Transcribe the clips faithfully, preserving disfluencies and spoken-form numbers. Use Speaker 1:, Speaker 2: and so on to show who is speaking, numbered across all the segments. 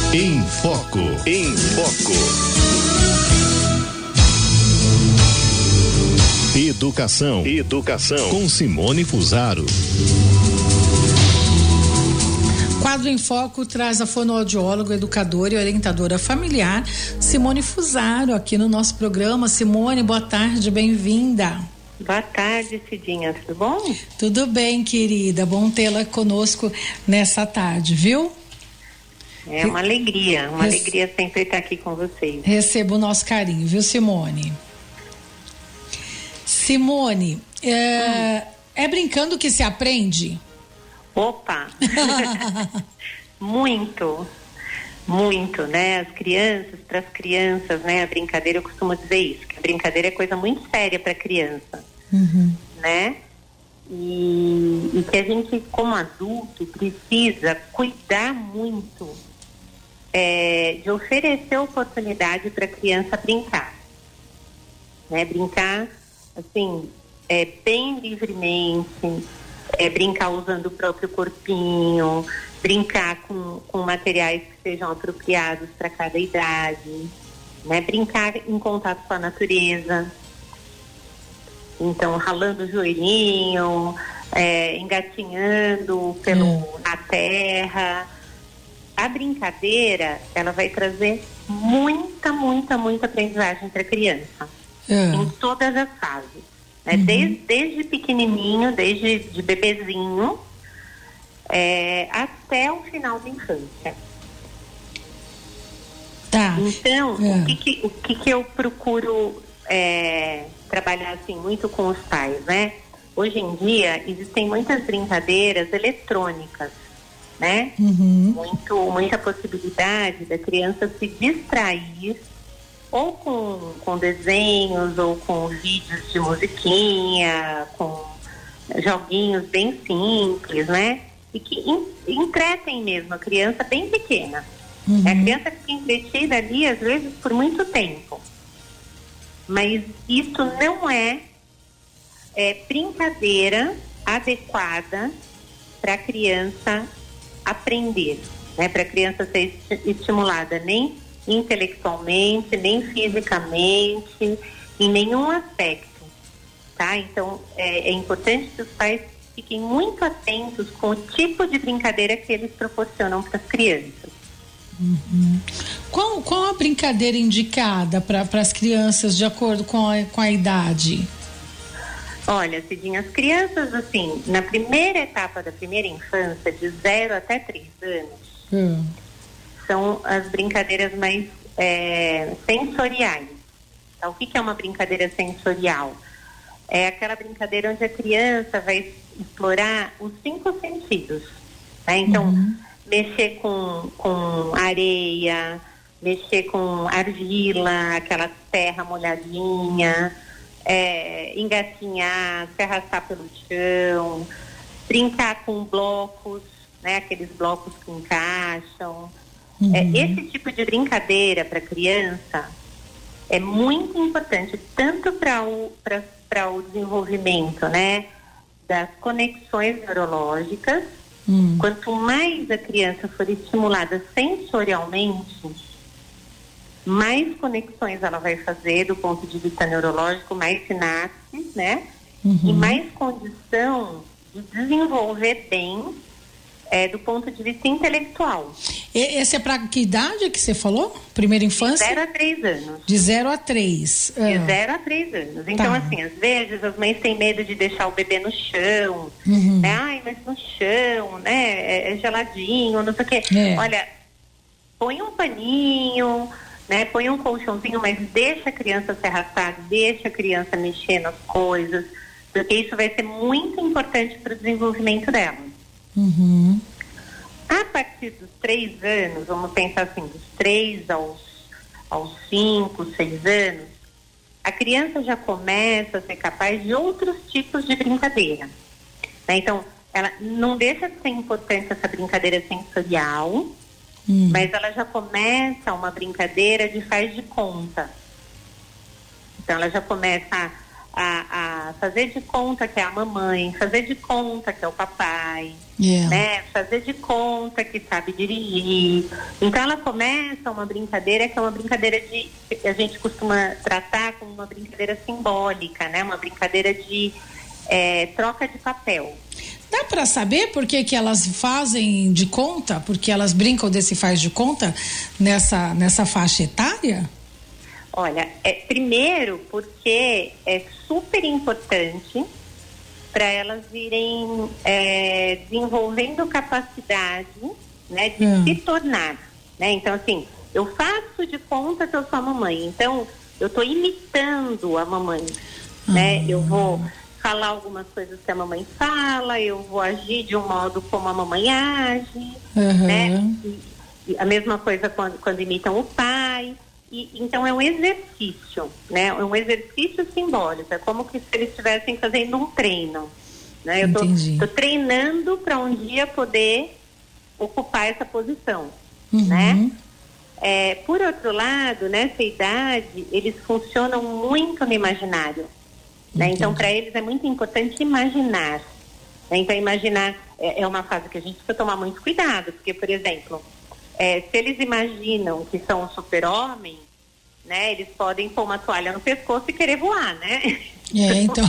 Speaker 1: Em Foco. Em Foco. Educação. Educação. Com Simone Fusaro.
Speaker 2: Quadro em Foco traz a fonoaudióloga, educadora e orientadora familiar Simone Fusaro aqui no nosso programa. Simone, boa tarde, bem-vinda.
Speaker 3: Boa tarde, Cidinha, tudo bom?
Speaker 2: Tudo bem, querida, bom tê-la conosco nessa tarde, viu?
Speaker 3: É uma alegria, uma Rece... alegria sempre estar aqui com vocês.
Speaker 2: Receba o nosso carinho, viu, Simone? Simone, é, hum. é brincando que se aprende?
Speaker 3: Opa! Muito, muito, né? As crianças, para as crianças, né? A brincadeira, eu costumo dizer isso, que a brincadeira é coisa muito séria para a criança,
Speaker 2: uhum.
Speaker 3: né? E, e que a gente, como adulto, precisa cuidar muito é, de oferecer oportunidade para a criança brincar, né? Brincar, assim, é, bem livremente. É, brincar usando o próprio corpinho, brincar com, com materiais que sejam apropriados para cada idade, né? Brincar em contato com a natureza. Então, ralando o joelhinho, é, engatinhando pelo, hum. na terra. A brincadeira, ela vai trazer muita, muita, muita aprendizagem para a criança, hum. em todas as fases. Né? Uhum. Desde, desde pequenininho, desde de bebezinho, é, até o final da infância.
Speaker 2: Tá.
Speaker 3: Então, é. o, que, que, o que, que eu procuro é, trabalhar assim, muito com os pais, né? Hoje em dia, existem muitas brincadeiras eletrônicas, né?
Speaker 2: Uhum.
Speaker 3: Muito, muita possibilidade da criança se distrair ou com, com desenhos, ou com vídeos de musiquinha, com joguinhos bem simples, né? E que in, entretem mesmo a criança bem pequena.
Speaker 2: Uhum.
Speaker 3: A criança fica entretida ali, às vezes, por muito tempo. Mas isso não é, é brincadeira adequada para a criança aprender, né? Para a criança ser estimulada, nem intelectualmente, nem fisicamente, em nenhum aspecto, tá? Então, é, é importante que os pais fiquem muito atentos com o tipo de brincadeira que eles proporcionam para as crianças.
Speaker 2: Uhum. Qual, qual a brincadeira indicada para as crianças de acordo com a, com a idade?
Speaker 3: Olha, Cidinha, as crianças, assim, na primeira etapa da primeira infância, de zero até três anos,
Speaker 2: hum.
Speaker 3: são as brincadeiras mais é, sensoriais. Então, o que, que é uma brincadeira sensorial? É aquela brincadeira onde a criança vai explorar os cinco sentidos, né? Então, uhum. mexer com, com areia, mexer com argila, aquela terra molhadinha, é, engatinhar, se arrastar pelo chão, brincar com blocos, né? Aqueles blocos que encaixam. Uhum. É, esse tipo de brincadeira para criança é muito importante, tanto para o, para o desenvolvimento, né, das conexões neurológicas. Uhum. Quanto mais a criança for estimulada sensorialmente, mais conexões ela vai fazer do ponto de vista neurológico, mais sinapses, né? Uhum. E mais condição de desenvolver bem É, do ponto de vista intelectual.
Speaker 2: E, esse é para que idade que você falou? Primeira infância?
Speaker 3: De zero a três anos.
Speaker 2: De zero a três.
Speaker 3: De ah. zero a três anos. Então, tá. assim, às vezes as mães têm medo de deixar o bebê no chão, uhum. né? Ai, mas no chão, né? É, é geladinho, não sei o quê. É. Olha, põe um paninho, né? Põe um colchãozinho, mas deixa a criança se arrastar, deixa a criança mexer nas coisas, porque isso vai ser muito importante para o desenvolvimento dela.
Speaker 2: Uhum.
Speaker 3: A partir dos três anos, vamos pensar assim, dos três aos, aos cinco, seis anos, a criança já começa a ser capaz de outros tipos de brincadeira, né? Então, ela não deixa de ser importante essa brincadeira sensorial, uhum. mas ela já começa uma brincadeira de faz de conta. Então, ela já começa a, a fazer de conta que é a mamãe, fazer de conta que é o papai,
Speaker 2: yeah.
Speaker 3: né? Fazer de conta que sabe dirigir. Então ela começa uma brincadeira que é uma brincadeira de, a gente costuma tratar como uma brincadeira simbólica, né? Uma brincadeira de é, troca de papel.
Speaker 2: Dá para saber por que que elas fazem de conta, porque elas brincam desse faz de conta nessa, nessa faixa etária?
Speaker 3: Olha, é, primeiro porque é super importante para elas irem é, desenvolvendo capacidade, né, de hum. se tornar, né? Então, assim, eu faço de conta que eu sou a mamãe, então eu estou imitando a mamãe, hum. né? Eu vou falar algumas coisas que a mamãe fala, eu vou agir de um modo como a mamãe age,
Speaker 2: uhum.
Speaker 3: né? E, e a mesma coisa quando, quando imitam o pai. E, então é um exercício, né? É um exercício simbólico, é como que se eles estivessem fazendo um treino, né? Eu tô, tô treinando para um dia poder ocupar essa posição,
Speaker 2: uhum.
Speaker 3: né? É, por outro lado, nessa idade, eles funcionam muito no imaginário, né? Então para eles é muito importante imaginar, né? Então imaginar é, é uma fase que a gente precisa tomar muito cuidado, porque, por exemplo, É, se eles imaginam que são um super-homem, né, eles podem pôr uma toalha no pescoço e querer voar, né?
Speaker 2: É, então...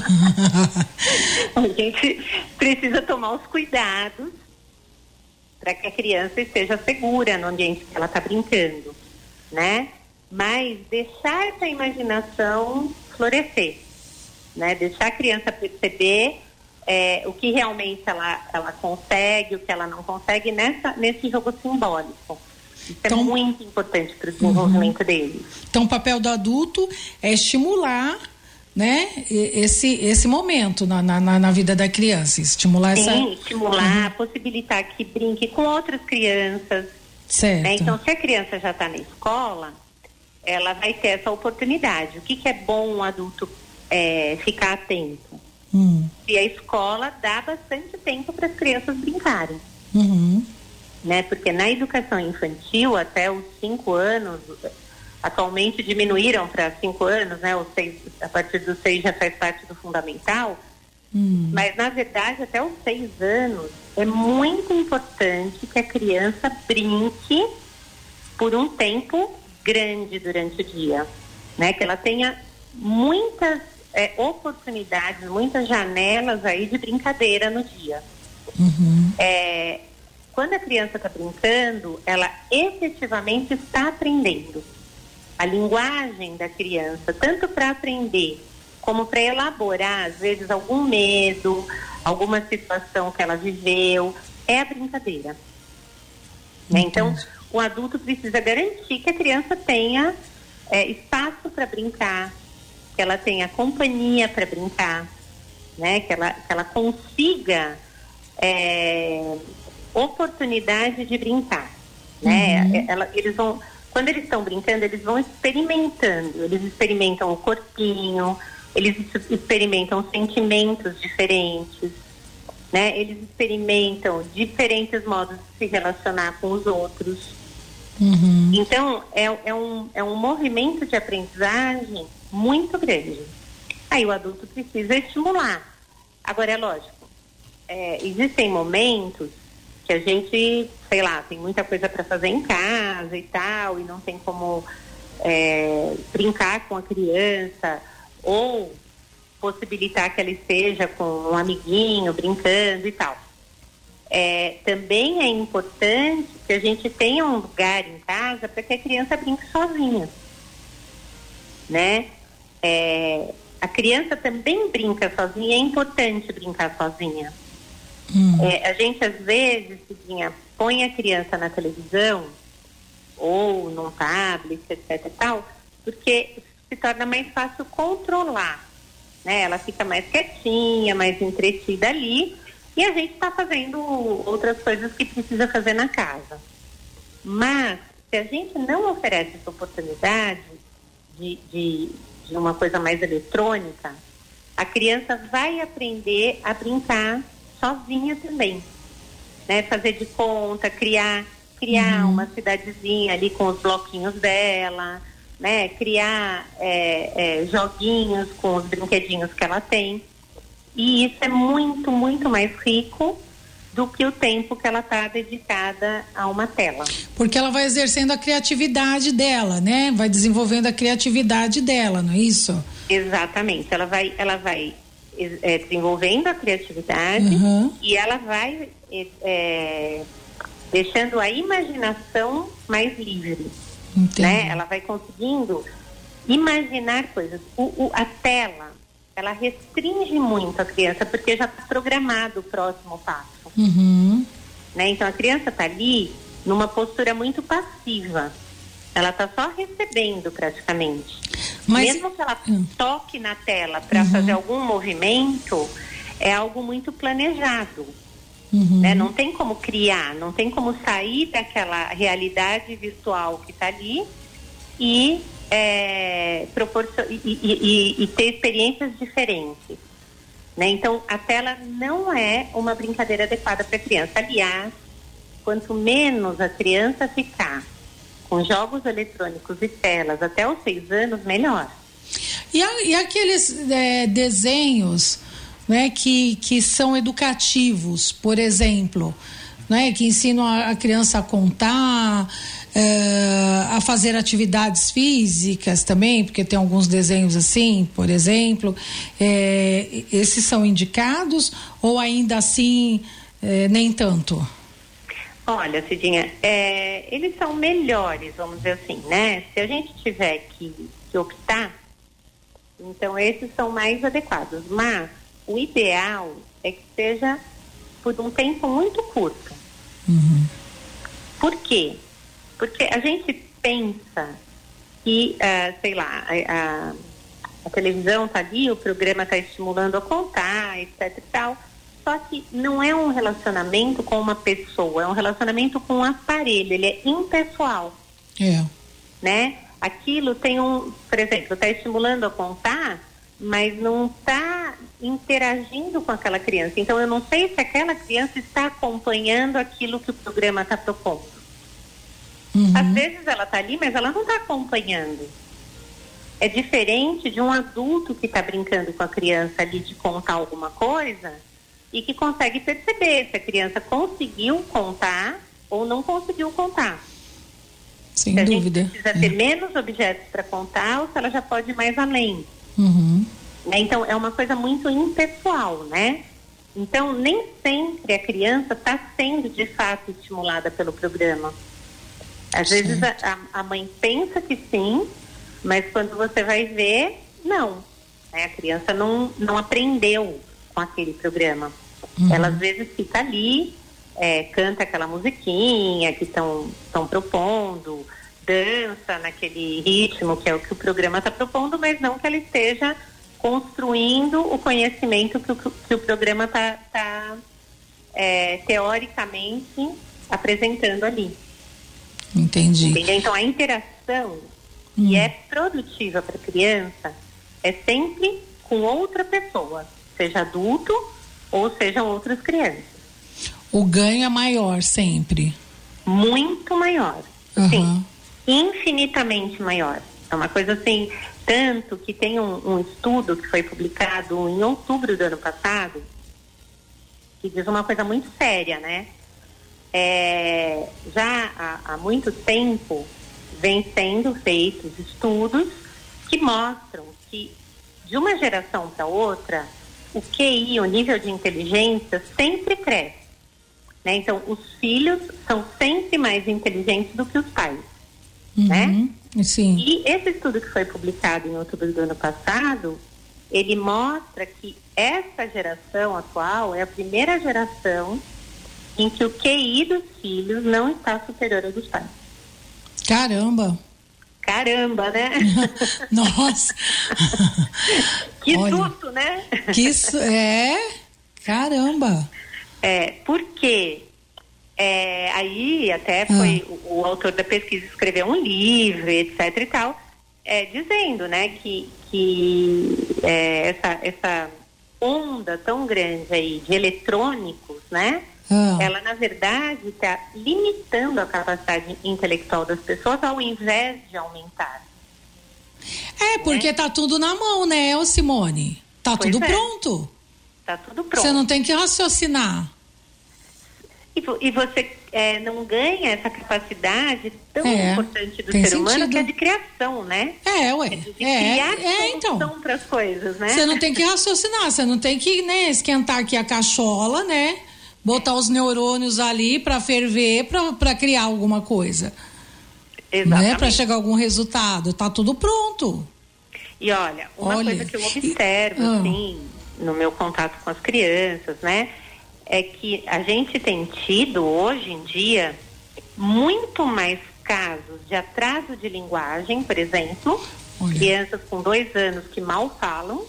Speaker 3: A gente precisa tomar os cuidados para que a criança esteja segura no ambiente que ela está brincando, né? Mas deixar essa imaginação florescer, né? Deixar a criança perceber É, o que realmente ela, ela consegue, o que ela não consegue nessa, nesse jogo simbólico. Isso então, é muito importante para o desenvolvimento uhum. deles.
Speaker 2: Então, o papel do adulto é estimular, né, esse, esse momento na, na, na vida da criança. Estimular
Speaker 3: Sim,
Speaker 2: essa...
Speaker 3: estimular,
Speaker 2: uhum.
Speaker 3: possibilitar que brinque com outras crianças.
Speaker 2: Certo.
Speaker 3: Né? Então, se a criança já está na escola, ela vai ter essa oportunidade. O que, que é bom um adulto é, ficar atento?
Speaker 2: Hum.
Speaker 3: E a escola dá bastante tempo para as crianças brincarem,
Speaker 2: uhum.
Speaker 3: né? Porque na educação infantil, até os cinco anos, atualmente diminuíram para cinco anos, né? Os seis, a partir dos seis já faz parte do fundamental,
Speaker 2: hum.
Speaker 3: mas na verdade até os seis anos é muito importante que a criança brinque por um tempo grande durante o dia, né? Que ela tenha muitas É, oportunidades, muitas janelas aí de brincadeira no dia.
Speaker 2: Uhum.
Speaker 3: É, quando a criança está brincando, ela efetivamente está aprendendo. A linguagem da criança, tanto para aprender como para elaborar, às vezes, algum medo, alguma situação que ela viveu, é a brincadeira. Né? Então, o adulto precisa garantir que a criança tenha é, espaço para brincar, que ela tenha companhia para brincar, né? Que ela, que ela consiga é, oportunidade de brincar, né?
Speaker 2: Uhum.
Speaker 3: Ela, eles vão, quando eles estão brincando, eles vão experimentando, eles experimentam o corpinho, eles experimentam sentimentos diferentes, né? Eles experimentam diferentes modos de se relacionar com os outros.
Speaker 2: Uhum.
Speaker 3: Então, é, é, um, é um movimento de aprendizagem muito grande. Aí o adulto precisa estimular. Agora, é lógico, é, existem momentos que a gente, sei lá, tem muita coisa para fazer em casa e tal, e não tem como é, brincar com a criança, ou possibilitar que ela esteja com um amiguinho brincando e tal. É, também é importante que a gente tenha um lugar em casa para que a criança brinque sozinha, né? É, a criança também brinca sozinha, é importante brincar sozinha.
Speaker 2: Hum.
Speaker 3: É, a gente às vezes, Cidinha, põe a criança na televisão ou num tablet, etc e tal, porque se torna mais fácil controlar, né? Ela fica mais quietinha, mais entretida ali, e a gente está fazendo outras coisas que precisa fazer na casa. Mas, se a gente não oferece essa oportunidade de, de, de uma coisa mais eletrônica, a criança vai aprender a brincar sozinha também, né? Fazer de conta, criar, criar uhum. uma cidadezinha ali com os bloquinhos dela, né? Criar é, é, joguinhos com os brinquedinhos que ela tem. E isso é muito, muito mais rico do que o tempo que ela está dedicada a uma tela.
Speaker 2: Porque ela vai exercendo a criatividade dela, né? Vai desenvolvendo a criatividade dela, não é isso?
Speaker 3: Exatamente. Ela vai, ela vai é, desenvolvendo a criatividade, uhum. E ela vai é, deixando a imaginação mais livre.
Speaker 2: Entendi.
Speaker 3: Né? Ela vai conseguindo imaginar coisas. O, o, a tela, ela restringe muito a criança, porque já está programado o próximo passo.
Speaker 2: Uhum.
Speaker 3: Né? Então a criança está ali numa postura muito passiva. Ela está só recebendo praticamente. Mas... Mesmo que ela uhum. toque na tela para uhum. fazer algum movimento, é algo muito planejado. Uhum. Né? Não tem como criar, não tem como sair daquela realidade virtual que está ali e, é, proporcion... e, e, e, e ter experiências diferentes. Né? Então, a tela não é uma brincadeira adequada para a criança. Aliás, quanto menos a criança ficar com jogos eletrônicos e telas até os seis anos, melhor.
Speaker 2: E, a, e aqueles é, desenhos... Né, que, que são educativos, por exemplo, né, que ensinam a, a criança a contar, é, a fazer atividades físicas também, porque tem alguns desenhos assim, por exemplo, é, esses são indicados ou ainda assim é, nem tanto?
Speaker 3: Olha, Cidinha, é, eles são melhores, vamos dizer assim, né? Se a gente tiver que, que optar, então esses são mais adequados, mas o ideal é que seja por um tempo muito curto.
Speaker 2: Uhum.
Speaker 3: Por quê? Porque a gente pensa que, uh, sei lá, a, a, a televisão está ali, o programa está estimulando a contar, etc e tal, só que não é um relacionamento com uma pessoa, é um relacionamento com um aparelho, ele é impessoal.
Speaker 2: É.
Speaker 3: Né? Aquilo tem um, por exemplo, está estimulando a contar, mas não está interagindo com aquela criança. Então, eu não sei se aquela criança está acompanhando aquilo que o programa está propondo.
Speaker 2: Uhum.
Speaker 3: Às vezes ela está ali, mas ela não está acompanhando. É diferente de um adulto que está brincando com a criança ali de contar alguma coisa e que consegue perceber se a criança conseguiu contar ou não conseguiu contar.
Speaker 2: Sem
Speaker 3: se a
Speaker 2: dúvida.
Speaker 3: gente precisa ter
Speaker 2: é.
Speaker 3: menos objetos para contar ou se ela já pode ir mais além.
Speaker 2: Uhum.
Speaker 3: Então, é uma coisa muito impessoal, né? Então, nem sempre a criança está sendo, de fato, estimulada pelo programa. Às certo. vezes, a, a mãe pensa que sim, mas quando você vai ver, não. Né? A criança não, não aprendeu com aquele programa. Uhum. Ela, às vezes, fica ali, é, canta aquela musiquinha que estão propondo, dança naquele ritmo que é o que o programa está propondo, mas não que ela esteja construindo o conhecimento que o, que o programa está tá, é, teoricamente apresentando ali.
Speaker 2: Entendi.
Speaker 3: Entendeu? Então, a interação
Speaker 2: hum.
Speaker 3: que é produtiva para a criança é sempre com outra pessoa, seja adulto ou sejam outras crianças.
Speaker 2: O ganho é maior sempre.
Speaker 3: Muito maior.
Speaker 2: Uhum.
Speaker 3: Sim, infinitamente maior. É uma coisa assim, tanto que tem um, um estudo que foi publicado em outubro do ano passado, que diz uma coisa muito séria, né? É, já há, há muito tempo vem sendo feitos estudos que mostram que de uma geração para outra, o Q I, o nível de inteligência, sempre cresce. Né? Então, os filhos são sempre mais inteligentes do que os pais.
Speaker 2: Uhum,
Speaker 3: né?
Speaker 2: Sim.
Speaker 3: E esse estudo que foi publicado em outubro do ano passado, ele mostra que essa geração atual é a primeira geração em que o Q I dos filhos não está superior ao dos pais.
Speaker 2: Caramba!
Speaker 3: Caramba, né?
Speaker 2: Nossa!
Speaker 3: Que
Speaker 2: Olha,
Speaker 3: susto, né?
Speaker 2: Que isso é? Caramba!
Speaker 3: É, por quê? É, aí até foi ah. o, o autor da pesquisa escreveu um livro, etc e tal, é, dizendo, né, que, que é, essa, essa onda tão grande aí de eletrônicos, né, ah. ela na verdade está limitando a capacidade intelectual das pessoas ao invés de aumentar.
Speaker 2: É, porque né? Tá tudo na mão, né, ô Simone? Tá pois tudo é. pronto.
Speaker 3: Tá tudo pronto.
Speaker 2: Você não tem que raciocinar.
Speaker 3: E, e você é, não ganha essa capacidade tão é, importante do ser sentido. humano, que é de criação, né?
Speaker 2: É, ué.
Speaker 3: É de
Speaker 2: é,
Speaker 3: criar
Speaker 2: é, então.
Speaker 3: para as coisas, né?
Speaker 2: Você não tem que raciocinar, você não tem que, né, esquentar aqui a cachola, né? Botar os neurônios ali para ferver, para criar alguma coisa.
Speaker 3: Exatamente.
Speaker 2: Né? Para chegar a algum resultado. Tá tudo pronto.
Speaker 3: E olha, uma olha, coisa que eu observo, e, ah. assim, no meu contato com as crianças, né? É que a gente tem tido, hoje em dia, muito mais casos de atraso de linguagem, por exemplo, olha. crianças com dois anos que mal falam,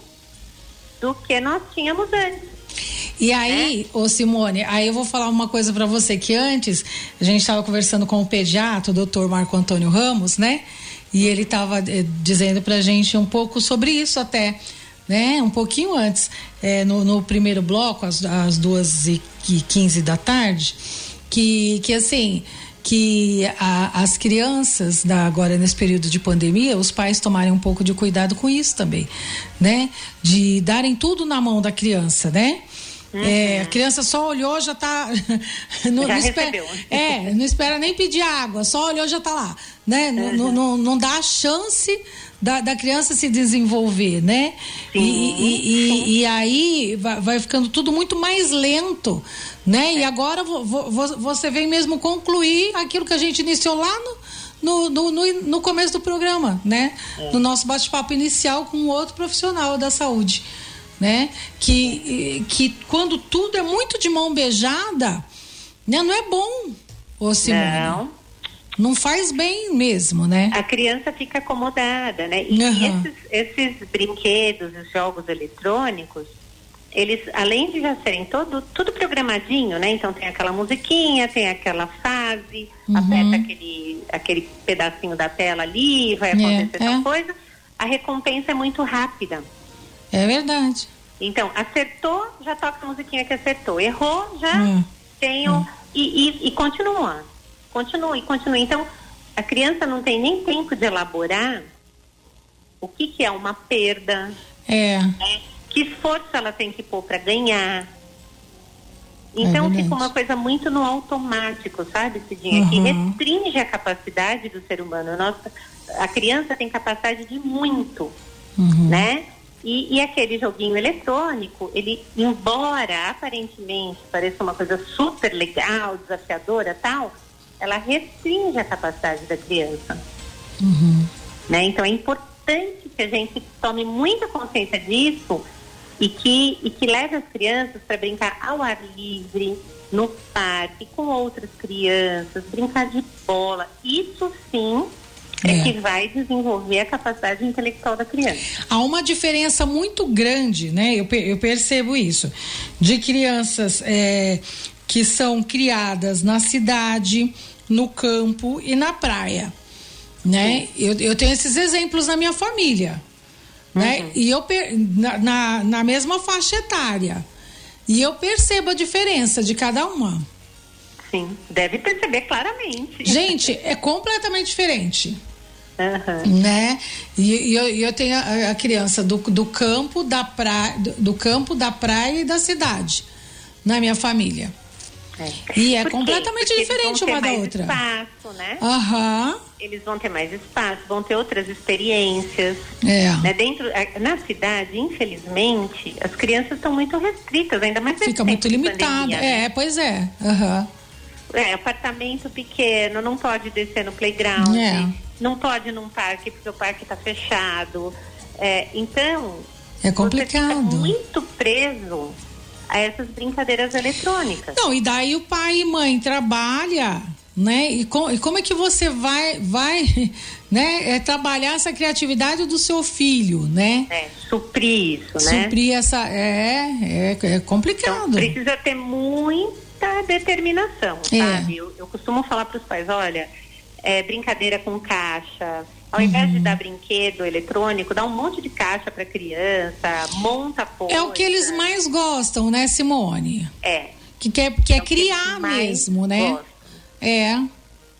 Speaker 3: do que nós tínhamos antes.
Speaker 2: E aí, é? ô Simone, aí eu vou falar uma coisa para você, que antes a gente estava conversando com o pediatra, o doutor Marco Antônio Ramos, né? E ele estava eh, dizendo pra gente um pouco sobre isso até, né? Um pouquinho antes, eh, no, no primeiro bloco, às, às duas e quinze da tarde, que, que assim, que a, as crianças, da, agora nesse período de pandemia, os pais tomarem um pouco de cuidado com isso também, né? De darem tudo na mão da criança, né? Uhum. É, a criança só olhou, já tá não,
Speaker 3: já
Speaker 2: não
Speaker 3: recebeu.
Speaker 2: Espera, é, não espera nem pedir água, só olhou, já tá lá, né? Uhum. Não, não, não dá a chance da, da criança se desenvolver, né? Sim, e, e, sim. E, e aí vai, vai ficando tudo muito mais lento, né? É. E agora vo, vo, você vem mesmo concluir aquilo que a gente iniciou lá no, no, no, no começo do programa, né? É. No nosso bate-papo inicial com outro profissional da saúde, né? Que, que quando tudo é muito de mão beijada, né? Não é bom, ô Simone. Não. Não faz bem mesmo, né?
Speaker 3: A criança fica acomodada, né? E uhum. esses, esses brinquedos, os jogos eletrônicos, eles, além de já serem todo, tudo programadinho, né? Então tem aquela musiquinha, tem aquela fase, uhum. aperta aquele, aquele pedacinho da tela ali, vai acontecer é, tal é. coisa. A recompensa é muito rápida.
Speaker 2: É verdade.
Speaker 3: Então, acertou, já toca a musiquinha que acertou. Errou, já hum. tem o... Hum. E, e, e continua. Continua e continua. Então, a criança não tem nem tempo de elaborar o que, que é uma perda.
Speaker 2: É.
Speaker 3: Né? Que esforço ela tem que pôr para ganhar. Então, é fica uma coisa muito no automático, sabe, Cidinha? Uhum. Que restringe a capacidade do ser humano. Nossa, a criança tem capacidade de muito, uhum. né? E, e aquele joguinho eletrônico, ele, embora aparentemente pareça uma coisa super legal, desafiadora, tal, ela restringe a capacidade da criança.
Speaker 2: Uhum.
Speaker 3: Né? Então é importante que a gente tome muita consciência disso e que, e que leve as crianças para brincar ao ar livre, no parque, com outras crianças, brincar de bola. Isso sim é, é que vai desenvolver a capacidade intelectual da criança.
Speaker 2: Há uma diferença muito grande, né? Eu, eu percebo isso, de crianças é, que são criadas na cidade, no campo e na praia, né? Eu, eu tenho esses exemplos na minha família, uhum. né? E eu na, na, na mesma faixa etária, e eu percebo a diferença de cada uma.
Speaker 3: Sim, deve perceber claramente.
Speaker 2: Gente, é completamente diferente.
Speaker 3: Uhum.
Speaker 2: Né? E, e eu, eu tenho a, a criança do, do campo, da praia, do, do campo, da praia e da cidade na minha família.
Speaker 3: É.
Speaker 2: E é
Speaker 3: Por
Speaker 2: completamente
Speaker 3: Porque
Speaker 2: diferente uma da outra.
Speaker 3: Espaço, né?
Speaker 2: Aham.
Speaker 3: Eles vão ter mais espaço, vão ter outras experiências.
Speaker 2: É.
Speaker 3: Né? Dentro, na cidade, infelizmente, as crianças estão muito restritas, ainda mais
Speaker 2: fica muito limitada. É, pois é. Aham.
Speaker 3: É, apartamento pequeno, não pode descer no playground,
Speaker 2: é.
Speaker 3: não pode ir num parque porque o parque está fechado. É, então,
Speaker 2: é complicado.
Speaker 3: Você fica muito preso a essas brincadeiras eletrônicas.
Speaker 2: Não, e daí o pai e mãe trabalham, né? E, com, e como é que você vai, vai né, é, trabalhar essa criatividade do seu filho, né?
Speaker 3: É, suprir isso, né?
Speaker 2: Suprir essa, é, é, é complicado.
Speaker 3: Então, precisa ter muita determinação, é. sabe? Eu, eu costumo falar para os pais, olha, é, brincadeira com caixa, ao uhum. invés de dar brinquedo eletrônico, dá um monte de caixa para criança, monta coisa.
Speaker 2: É o que eles mais gostam, né, Simone?
Speaker 3: É.
Speaker 2: Que quer, quer é criar que mesmo, né?
Speaker 3: Gostam.
Speaker 2: É.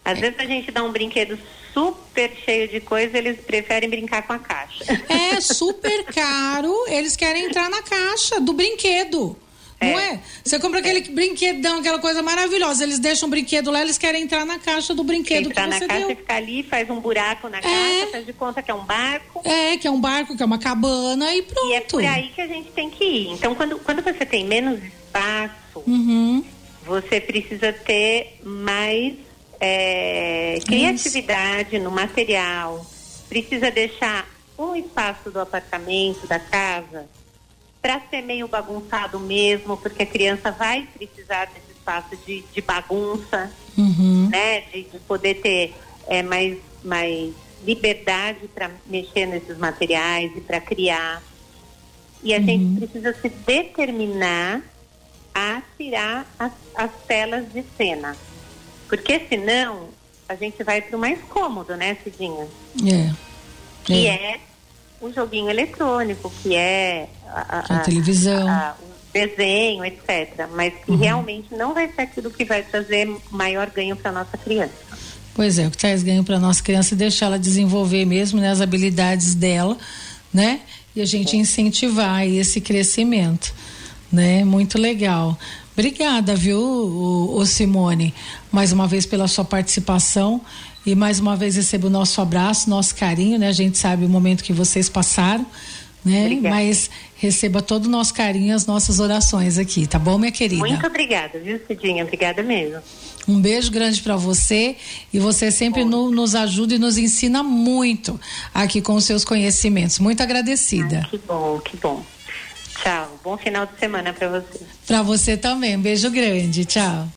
Speaker 3: Às vezes a gente dá um brinquedo super cheio de coisa, eles preferem brincar com a caixa.
Speaker 2: É super caro, eles querem entrar na caixa do brinquedo. É. Não é? Você compra aquele é. brinquedão, aquela coisa maravilhosa, eles deixam o brinquedo lá, eles querem entrar na caixa do brinquedo
Speaker 3: entrar
Speaker 2: que você
Speaker 3: na caixa
Speaker 2: deu.
Speaker 3: E ficar ali, faz um buraco na
Speaker 2: é.
Speaker 3: caixa, faz de conta que é um barco.
Speaker 2: É, que é um barco, que é uma cabana e pronto.
Speaker 3: E é por aí que a gente tem que ir. Então, quando, quando você tem menos espaço,
Speaker 2: uhum.
Speaker 3: você precisa ter mais é, criatividade no material, precisa deixar um espaço do apartamento, da casa, para ser meio bagunçado mesmo, porque a criança vai precisar desse espaço de, de bagunça,
Speaker 2: uhum.
Speaker 3: né? De, de poder ter é, mais, mais liberdade para mexer nesses materiais e para criar. E a uhum. gente precisa se determinar a tirar as, as telas de cena. Porque senão a gente vai para o mais cômodo, né, Cidinha?
Speaker 2: É.
Speaker 3: Que
Speaker 2: é.
Speaker 3: é o joguinho eletrônico, que é a, a,
Speaker 2: a televisão,
Speaker 3: a, a, o desenho, etcétera. Mas que uhum. realmente não vai ser aquilo que vai trazer maior ganho para nossa criança.
Speaker 2: Pois é, o que traz ganho para nossa criança é deixar ela desenvolver mesmo, né, as habilidades dela, né? E a gente é. incentivar esse crescimento, né? Muito legal. Obrigada, viu, o, o Simone, mais uma vez pela sua participação. E mais uma vez recebo o nosso abraço, nosso carinho, né? A gente sabe o momento que vocês passaram, né?
Speaker 3: Obrigada.
Speaker 2: Mas receba todo o nosso carinho e as nossas orações aqui, tá bom, minha querida?
Speaker 3: Muito obrigada, viu, Cidinha? Obrigada mesmo.
Speaker 2: Um beijo grande para você e você sempre no, nos ajuda e nos ensina muito aqui com os seus conhecimentos. Muito agradecida.
Speaker 3: Ai, que bom, que bom. Tchau. Bom final de semana para você.
Speaker 2: Para você também. Um beijo grande. Tchau.